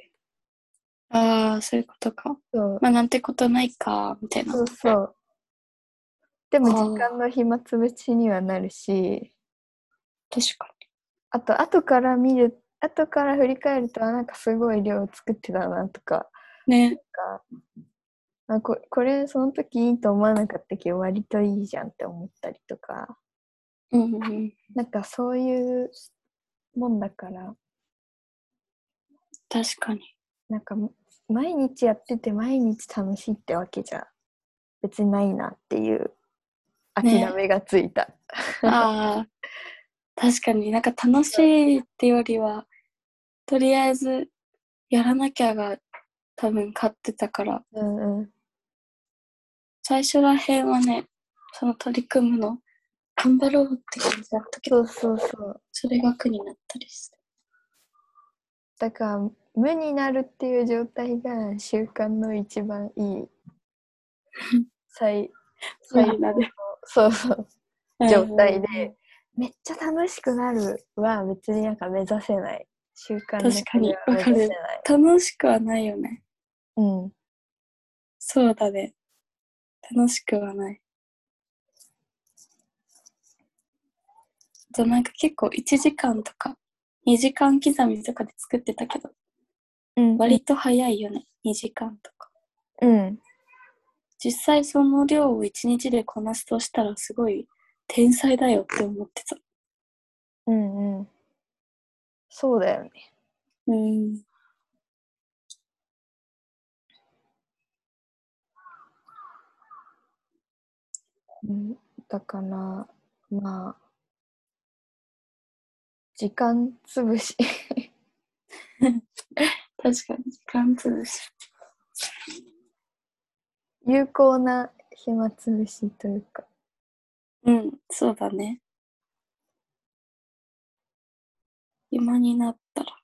ああ、そういうことか。 そう、 まあ、なんてことないか、みたいな。 そうそう。でも時間ああ、 の暇つぶしにはなるし、 確かあと、後から見る、後から振り返ると、あ、なんかすごい量作ってたなとか、 に。ね。 かあこ、これその時いいと思わなかったけど、割といいじゃんって思ったりとか、 うんうん。 なんかそういうもんだから、 確かに。 なんか毎日やってて毎日楽しいってわけじゃ別にないなっていう諦ね。 めがついた。 ああ、確かになんか楽しいってよりは、とりあえずやらなきゃが多分勝ってたから、 うんうん。 最初らへんはね、その取り組むの頑張ろうって感じだったけど、 そうそうそう。 それが苦になったりして。 だから無になるっていう状態が習慣の一番いい最最高の無になる。 そうそううん状うんうん。 態で、めっちゃ楽しくなるは別になんか目指せない。習慣のそれは確かに、わ目指せかる。 ない。 楽しくはないよね。 うん。 そうだね。楽しくはない。あとなんか結構いちじかんとかにじかん刻みとかで作ってたけど、 うんうん。 割と早いよね。にじかんとか。 うん。 実際その量をいちにちでこなすとしたらすごい天才だよって思ってた。 うんうん。そうだよね。 うん。 うん。だから、まあ、時間つぶし。 確かに時間潰し。 有効な暇つぶしというか。 うん、そうだね。今になったら。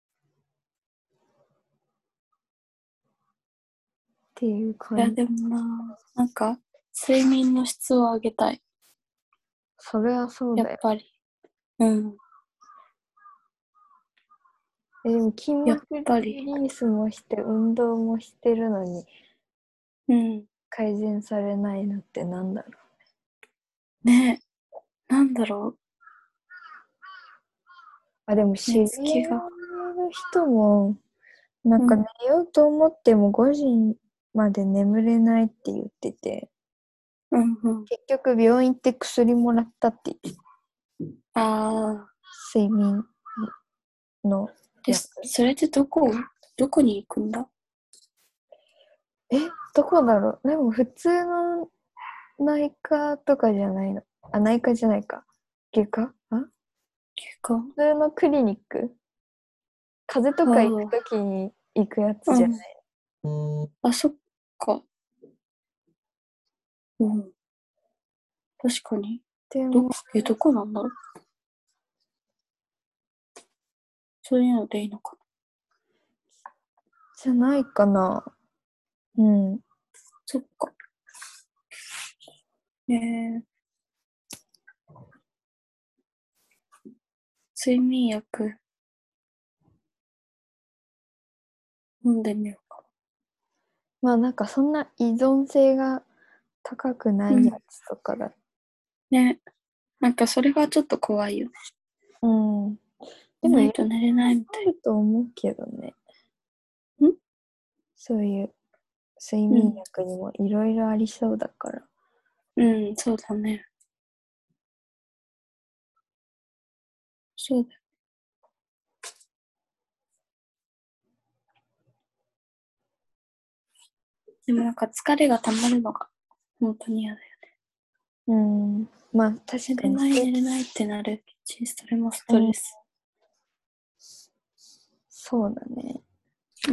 っていういや、 感じ。 でもな、なんか、睡眠の質を上げたい。 それはそうだよ。 やっぱり。うん。 え、でも筋やっ膜リぱり。 リースもして、運動もしてるのに、 うん。 改善されないのってなんだろねえ、なんだろう。あ、でもう。寝知りつきが。 合いの人も、なんか寝うん。 ようと思ってもごじまで眠れないって言ってて、 うんうん。 結局病院行って薬もらったって言ってた、 ああ。 睡眠のえ、 薬。 それってどこ、どこに行くんだ？ え、どこだろう。でも普通の内科とかじゃないの。あ、内科じゃないか。外科あ結果。 普通のクリニック、風邪とあか行くとあ。 きに行くやつじゃない。 うん。あ、そっか。うん。確かに。ど、 でも、 え、どこなんだろう。そういうのでいいのかな。 じゃないかな。うん。 そっか。えー、睡眠薬飲んでみようかまあなんかそんな依存性が高くなな。ういやん。 つとかだ。 ね。なんかそれがちょっと怖いよね。 うん。でもいろいないと寝れないみたい。 ろあると思うけどね。 んそういう睡眠うん。 薬にもいろいろありそうだから。 うん、そうだね。そうだ。 でもなんか疲れが溜まるのが本当に嫌だよね。 うん。まあ確かに。 寝れない寝れないってなるし、それもストレス。 うん、そうだね。 うん。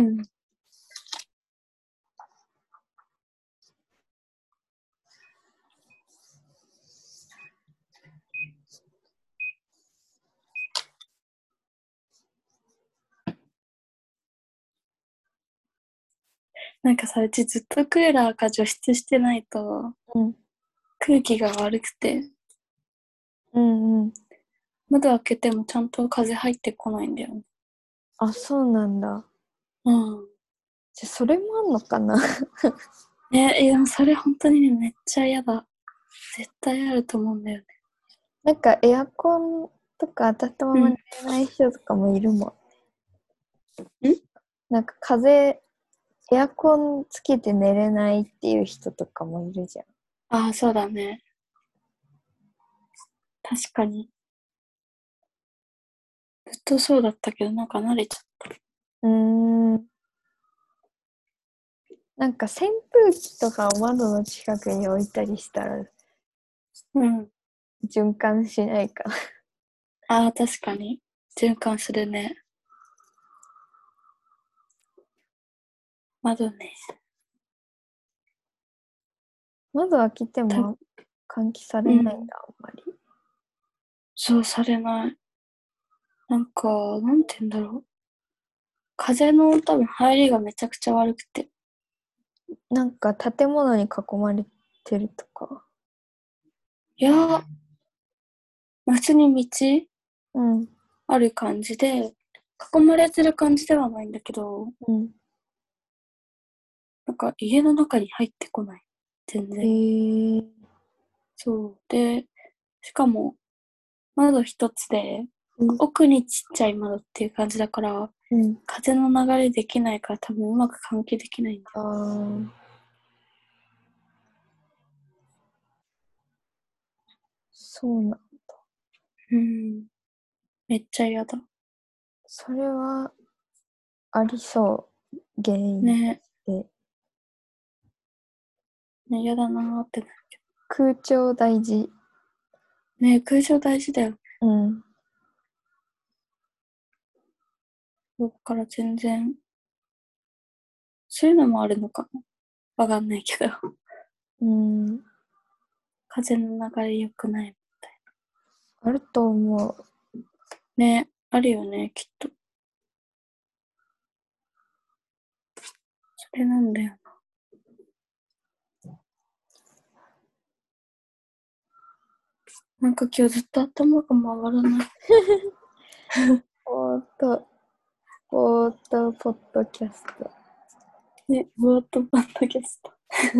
なんかさ、うちずっとクーラーか除湿してないと、 うん。 空気が悪くて、 うんうん。 窓開けてもちゃんと風入ってこないんだよね。 あ、そうなんだ。 うん。 じゃ、それもあんのかな。 ねえ、でもそれ本当にね、めっちゃ嫌だ。絶対あると思うんだよね。 なんかエアコンとか当たったまま寝うん。 れない人とかもいるもん。 んなんか風、エアコンつけて寝れないっていう人とかもいるじゃん。 ああ、そうだね。確かに。ずっとそうだったけど、なんか慣れちゃった。 うーん。なんか扇風機とかを窓の近くに置いたりしたらうん。 循環しないかな。 ああ、確かに。循環するね。窓ね。 窓開けてたも換気されないんだ、 うん。 あんまり。 そうされない。なんか、なんて言うんだろう。風の多分入りがめちゃくちゃ悪くて。 なんか建物に囲まれてるとか。 いやー、普通に道うん。 ある感じで、囲まれてる感じではないんだけど、 うん。 なんか家の中に入ってこない。全え然。 ー。 そう。で、しかも窓一つで、 うん。 奥にちっちゃい窓っていう感じだから、 うん。 風の流れできないから多分うまく換気できないんだよ。 あー。そうな。 うん。めっちゃ嫌だ。 それはありそう。原因ねで。 ね、嫌だなーってなるけ空調大事。 ど。ね空調大事だよ。 うん。 だから全然、そういうのもあるのかな。わかんないけど。 うん。 風の流れ良くない。 あると思う。 ね、あるよね、きっと。それなんだよな。なんか今日ずっと頭が回らない。 ぼーっと、ぼーっと、ポッドキャスト。 ね、ぼーっとパッドキャスト。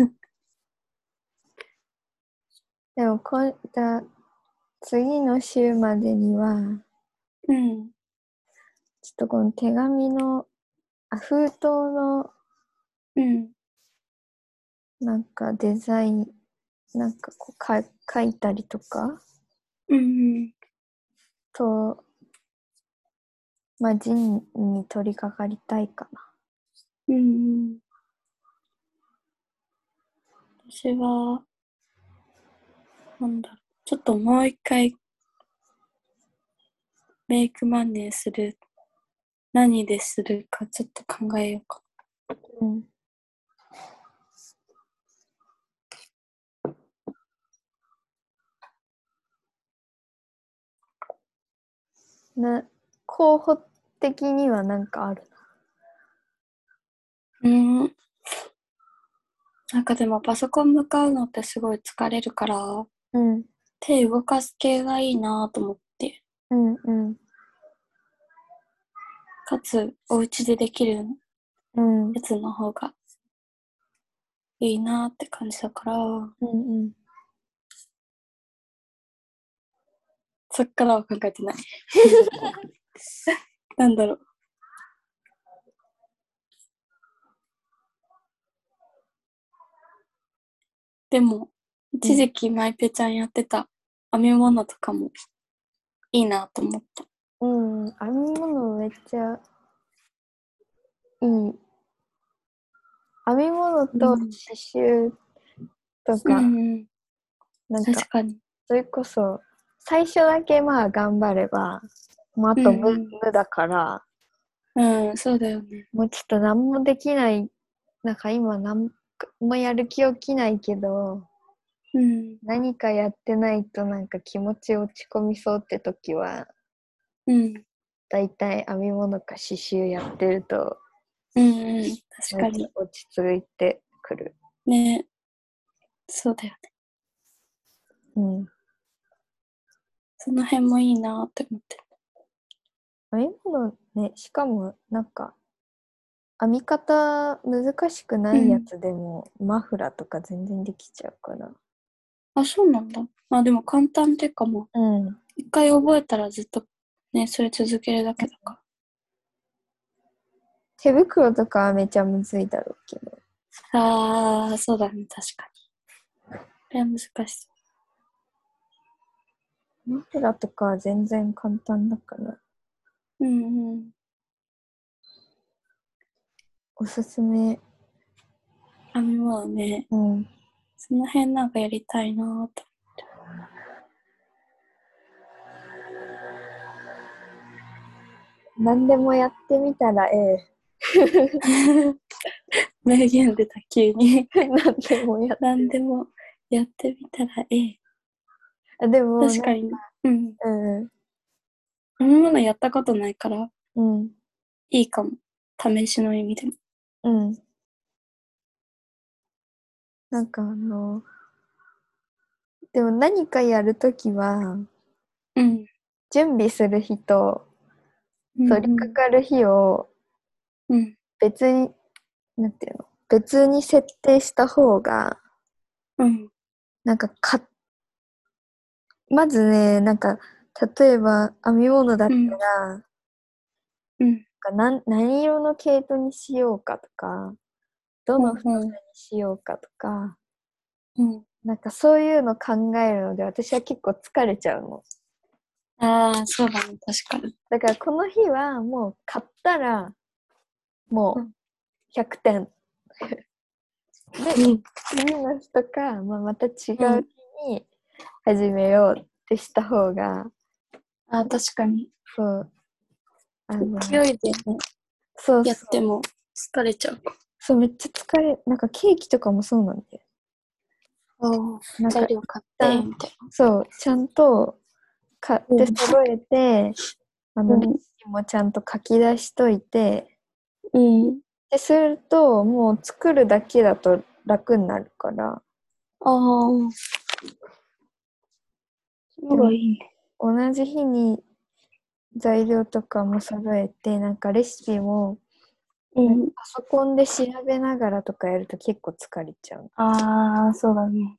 でもこんだ、次の週までには、 うん。 ちょっとこの手紙の、あ、封筒のうん。 なんかデザイン、なんかこうか書いたりとかうん。 と、まあ、ジンに取り掛かりたいかな。 うん。私は、なんだろう。ちょっともう一回メイクマネーする。何でするかちょっと考えようか。 うん。な、候補的にはなんかある。 うん。なんかでもパソコン向かうのってすごい疲れるから、 うん。 手動かす系がいいなと思って。 うんうん。 かつ、お家でできるうん。 やつの方がいいなって感じだから、 うんうん。 そっからは考えてない。なんだろう。でも、 うん。 一時期マイペちゃんやってた編み物とかもいいなと思った。 うん。編み物めっちゃいい。 編み物と刺繍とか、 うん、 なんか確かに。 それこそ最初だけまあ頑張れば、もうあと無,、 うん無だから、 うん、そうだよね。 もうちょっと何もできない、なんか今何もやる気起きないけど、 うん、 何かやってないとなんか気持ち落ち込みそうって時は、 うん、 だいたい編み物か刺繍やってると、 うん、うん、確かに。 落ち着いてくる。 ね、そうだよね。 うん。 その辺もいいなって思って。 編み物ね、しかもなんか、編み方難しくないやつでも、うん、マフラーとか全然できちゃうから。 あ、そうなんだ。あ、でも簡単っていうかもう、うん。 一回覚えたらずっとね、それ続けるだけだから。 手袋とかはめちゃむずいだろうけど。 ああ、そうだね、確かに。これは難しそう。 マフラーとかは全然簡単だから。 うんうん。 おすすめ。 編み物ね。 うん。 その辺なんかやりたいなーって。 何でもやってみたらええ。名言出た、急に。 何でもやって何でもやってみたらええ。 あでも確かに。うん。 うん。 編み物やったことないから、 うん。 いいかも。試しの意味でも。 うん。なんかあの、でも何かやるときは、 うん。 準備する日と、 うん取り掛かる日をうん。 別に、なんていうの別に設定した方が、 うん。 なんかか、まずね、なんか、例えば編み物だったうん。 ら、 うん。 なん何色の毛糸にしようかとか、どの太さにしようかとか、 うん。 なんかそういうの考えるので私は結構疲れちゃうの。 ああ、そうだね、確かに。 だからこの日はもう買ったらもうひゃくてん。で、 うん。 次の日とか、まあ、また違う日うん。 に始めようってした方が、 ああ、確かに。 そう、あの、 勢いでね、 そうそう、 やっても疲れちゃうか。 そう、めっちゃ疲れ、なんかケーキとかもそうなんだよ。 ああ、 なんか、 材料買って、 一旦、 みたいそう、ちゃんと買っな。 て揃えて、あの、レうん。 シピもちゃんと書き出しといて、 うん。 で、すると、もう作るだけだと楽になるから、 ああ、そでも、 のがいいね。 同じ日に材料とかも揃えて、なんかレシピも、なんかうん。 パソコンで調べながらとかやると結構疲れちゃう。 ああ、そうだね。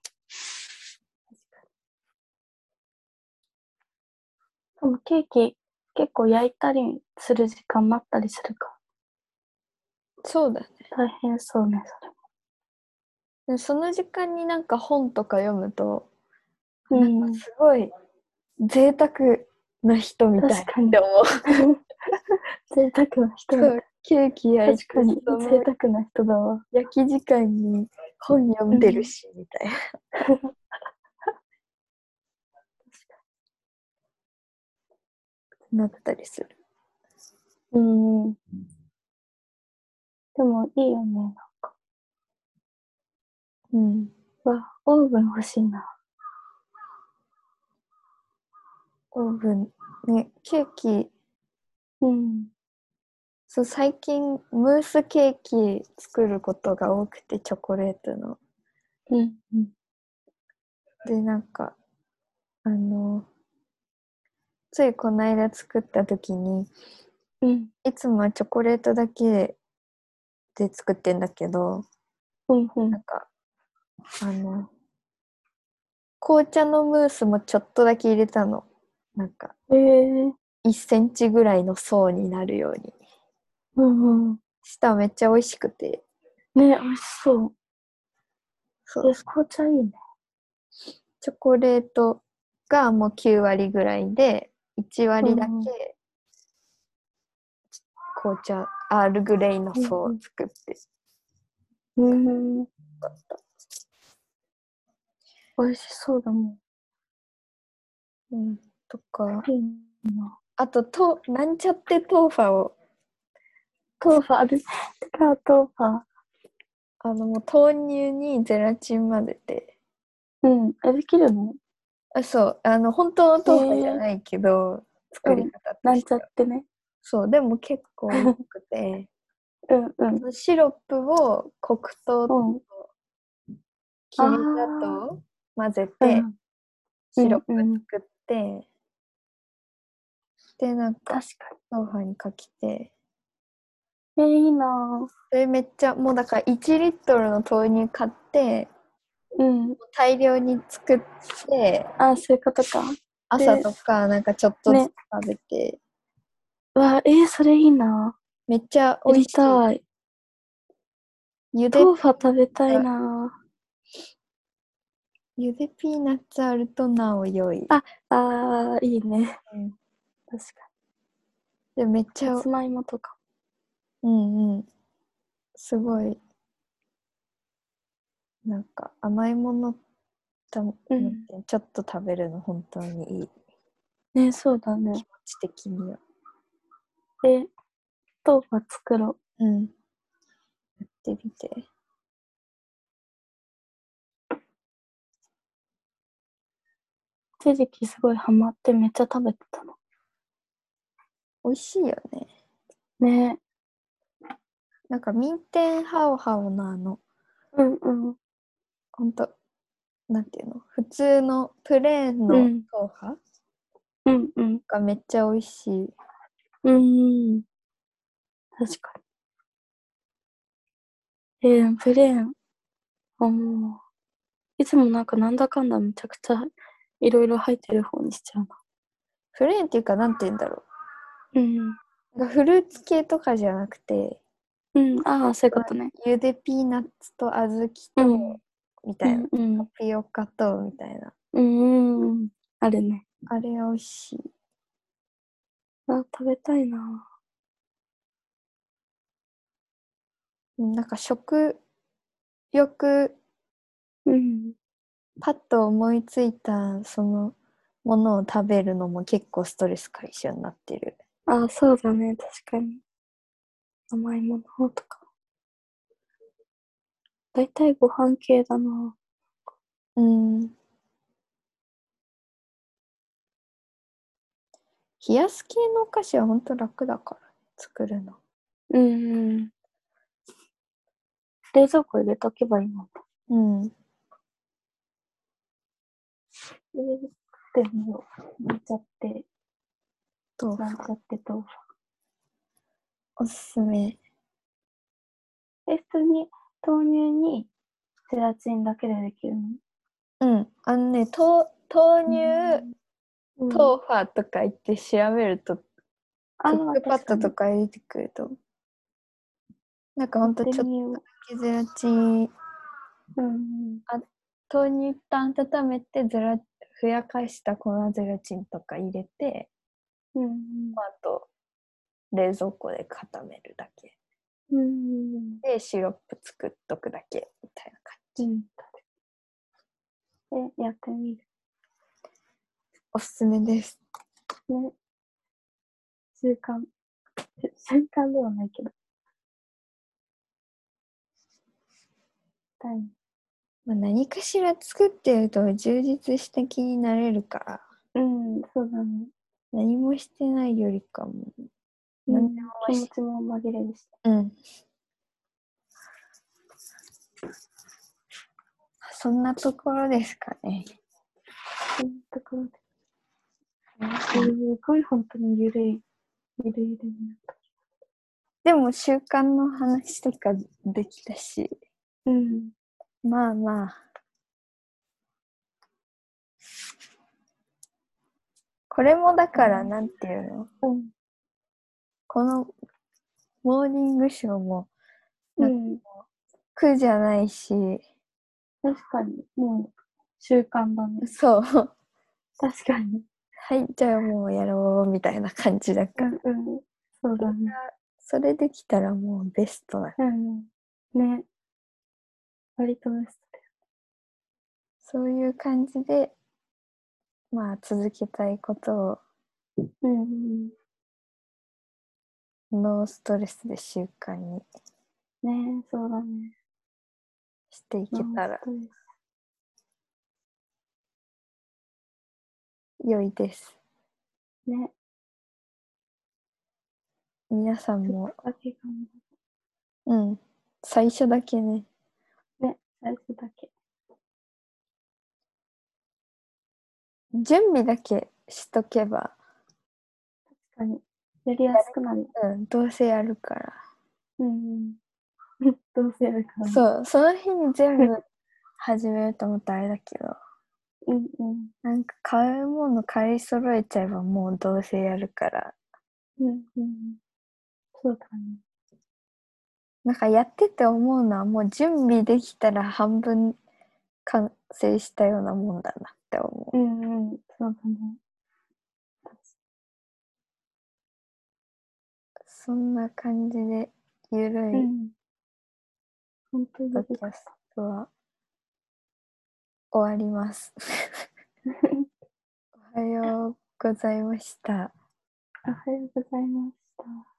でもケーキ結構焼いたりする時間待ったりするかそうだね。 ら大変そうね、それでその時間になんか本とか読むと、 も。 なんかうん。 すごい贅沢な人みたい確かに。 って思う。 贅沢な人みたい。 そう、ケーキ焼いて、 確かに、 その贅沢な人だわ。 焼き時間に本読んでるし、みたいな、なったりする。 うん。でもいいよね、なんか。 うん。 わ、オーブン欲しいな。 オーブン、ね、ケーキ、 うん。 そう、最近ムースケーキ作ることが多くて、チョコレートの。 うん。うん。 で、なんか、あの、ついこの間作った時に、 うん。 いつもはチョコレートだけで作ってんだけど、 うん。うん。 なんか、あの、紅茶のムースもちょっとだけ入れたの。なんか、 えー。 いっセンチぐらいの層になるように。 うんうん。 したらめっちゃ美味しくて。 ね、美味しそう。え、 そうそう。 紅茶いいね。 チョコレートがもうきゅう割ぐらいで、いち割だうんうん。 け紅茶、アールグレイのうんうん。 層を作って。 うん。美味しそうだもうん、とか、 ん。いいな。 あとと、なんちゃって豆腐を、 豆腐ある。てか、豆腐。 あの、もう豆乳にゼラチン混ぜて、 うん。え、できるの？ あ、そう、あの、本当のえ豆腐じゃー、 ないけど、作りうん。なんちゃ方としては。 ってね。 そう、でも結構美味しくて、 うんうん。 シロップを黒糖とうん。あきび砂あ。 糖混ぜて、 うん。うシロップんうん。 作って、で、なんか、 確か豆腐にかけて、 に。えー、いいな。 それめっちゃ、もうだからいちリットルの豆乳買って、 うん。 大量に作って、 あ、そういうことか。 朝で、 とかなんかちょっとずつね。 食べて、 うわ、えー、それいいな。 めっちゃ美やり味しい。 たい。 ゆでピ豆腐食べたいー、 な。 ゆでピーナッツあるとなお良い。 あ、あー、いいね。 うん、 確かで、めっちに。 ゃ、 さつまいもとか。 うんうん、すごい、なんか甘いものたなんうん。 てちょっと食べるの本当にいい。 ね、そうだね。 気持ち的には。 で、豆腐作ろうん。やってみて。 う。一時期すごいハマってめっちゃ食べてたの。 美味しいよね。 ね。 なんか、ミンテンハオハオのあの、 うんうん。 ほんと、なんていうの普通のプレーンのうん。 豆腐うんうん。 がめっちゃ美味しい。 うん。確かに。えー、プレーン。あー、いつもなんかなんだかんだめちゃくちゃいろいろ入ってる方にしちゃうな。 プレーンっていうか、なんて言うんだろうん。 う。なんかフルーツ系とかじゃなくて、 うん。ああ、そういうことね。 ゆでピーナッツと小豆と、 うん。うみたいな。 んうん。 タピオカと、みたいな。 うん。あるね。 あれ美味しい。 あ、食べたいな。 なんか食欲、 うん。 パッと思いついた、その、ものを食べるのも結構ストレス解消になってる。 あ、そうだね。確かに。甘いものとか。だいたいご飯系だな。 うん。冷やす系のお菓子はほんと楽だから、ね、作るの。 うん。冷蔵庫入れとけばいいもん。 うん。 入れてみよう。なんちゃって、 豆腐。 なんちゃって豆腐。 おすすめ。 え、普通に豆乳にゼラチンだけでできるの？ うん。あのね、豆豆う乳、 ん。うん。 豆腐とか言って調べると、 ああ、 クックパッ確かに。 ドとか出てくると、なんかほやっんとちょっとてみよう。 だけゼラチン、 うん。 あ、豆乳一旦温めてゼラ、ふやかした粉ゼラチンとか入れて、 うん。 あと冷蔵庫で固めるだけ。 うん。 で、シロップ作っとくだけみたいな感じ。 うん。で、やってみる。 おすすめです。 ね。習慣。習慣ではないけど。たい。 まあ、何かしら作ってると充実した気になれるから、 うん、そうだね。 何もしてないよりかも、何でもうん、気持し、 ちも紛れるし。 うん。そんなところですかね。 そんなところで。すごい本当にゆるい、ゆるゆるになった。 でも習慣の話とかできたし、 うん。 まあまあ、これもだからなんていうの、 うん。 このモーニングショーも、なんかうん。 苦じゃないし、 確かに、もう、習慣だね。 そう。 確かに。 はい、じゃあもうやろうみたいな感じだから。 うんうん。そうだね。 それできたらもうベストだ。 うん。ね。 割とベストそういう感じで、まあ続けたいことをだよ。うんうんノーストレスで習慣にうん。ねえ、そうだね。 していけたらノース良いです。 トレスね。 皆さんちょっも、 とだけ頑うん、最初だけね、 張る。ね、最初だけ。 準備だけしとけば、 確かに。やりやすくなる。 うん、どうせやるから。 うんうん。どうせやるからね。 そう、その日に全部始めると思ったらあれだけど、 うんうん。 なんか買うもの買い揃えちゃえばもうどうせやるから、 うんうん。そうだね。 なんかやってて思うのはもう準備できたら半分完成したようなもんだなって思う。 うんうん。そうだね。 そんな感じでゆるいうん。本当にポッドキャストは終わります。おはようございました。 おはようございました。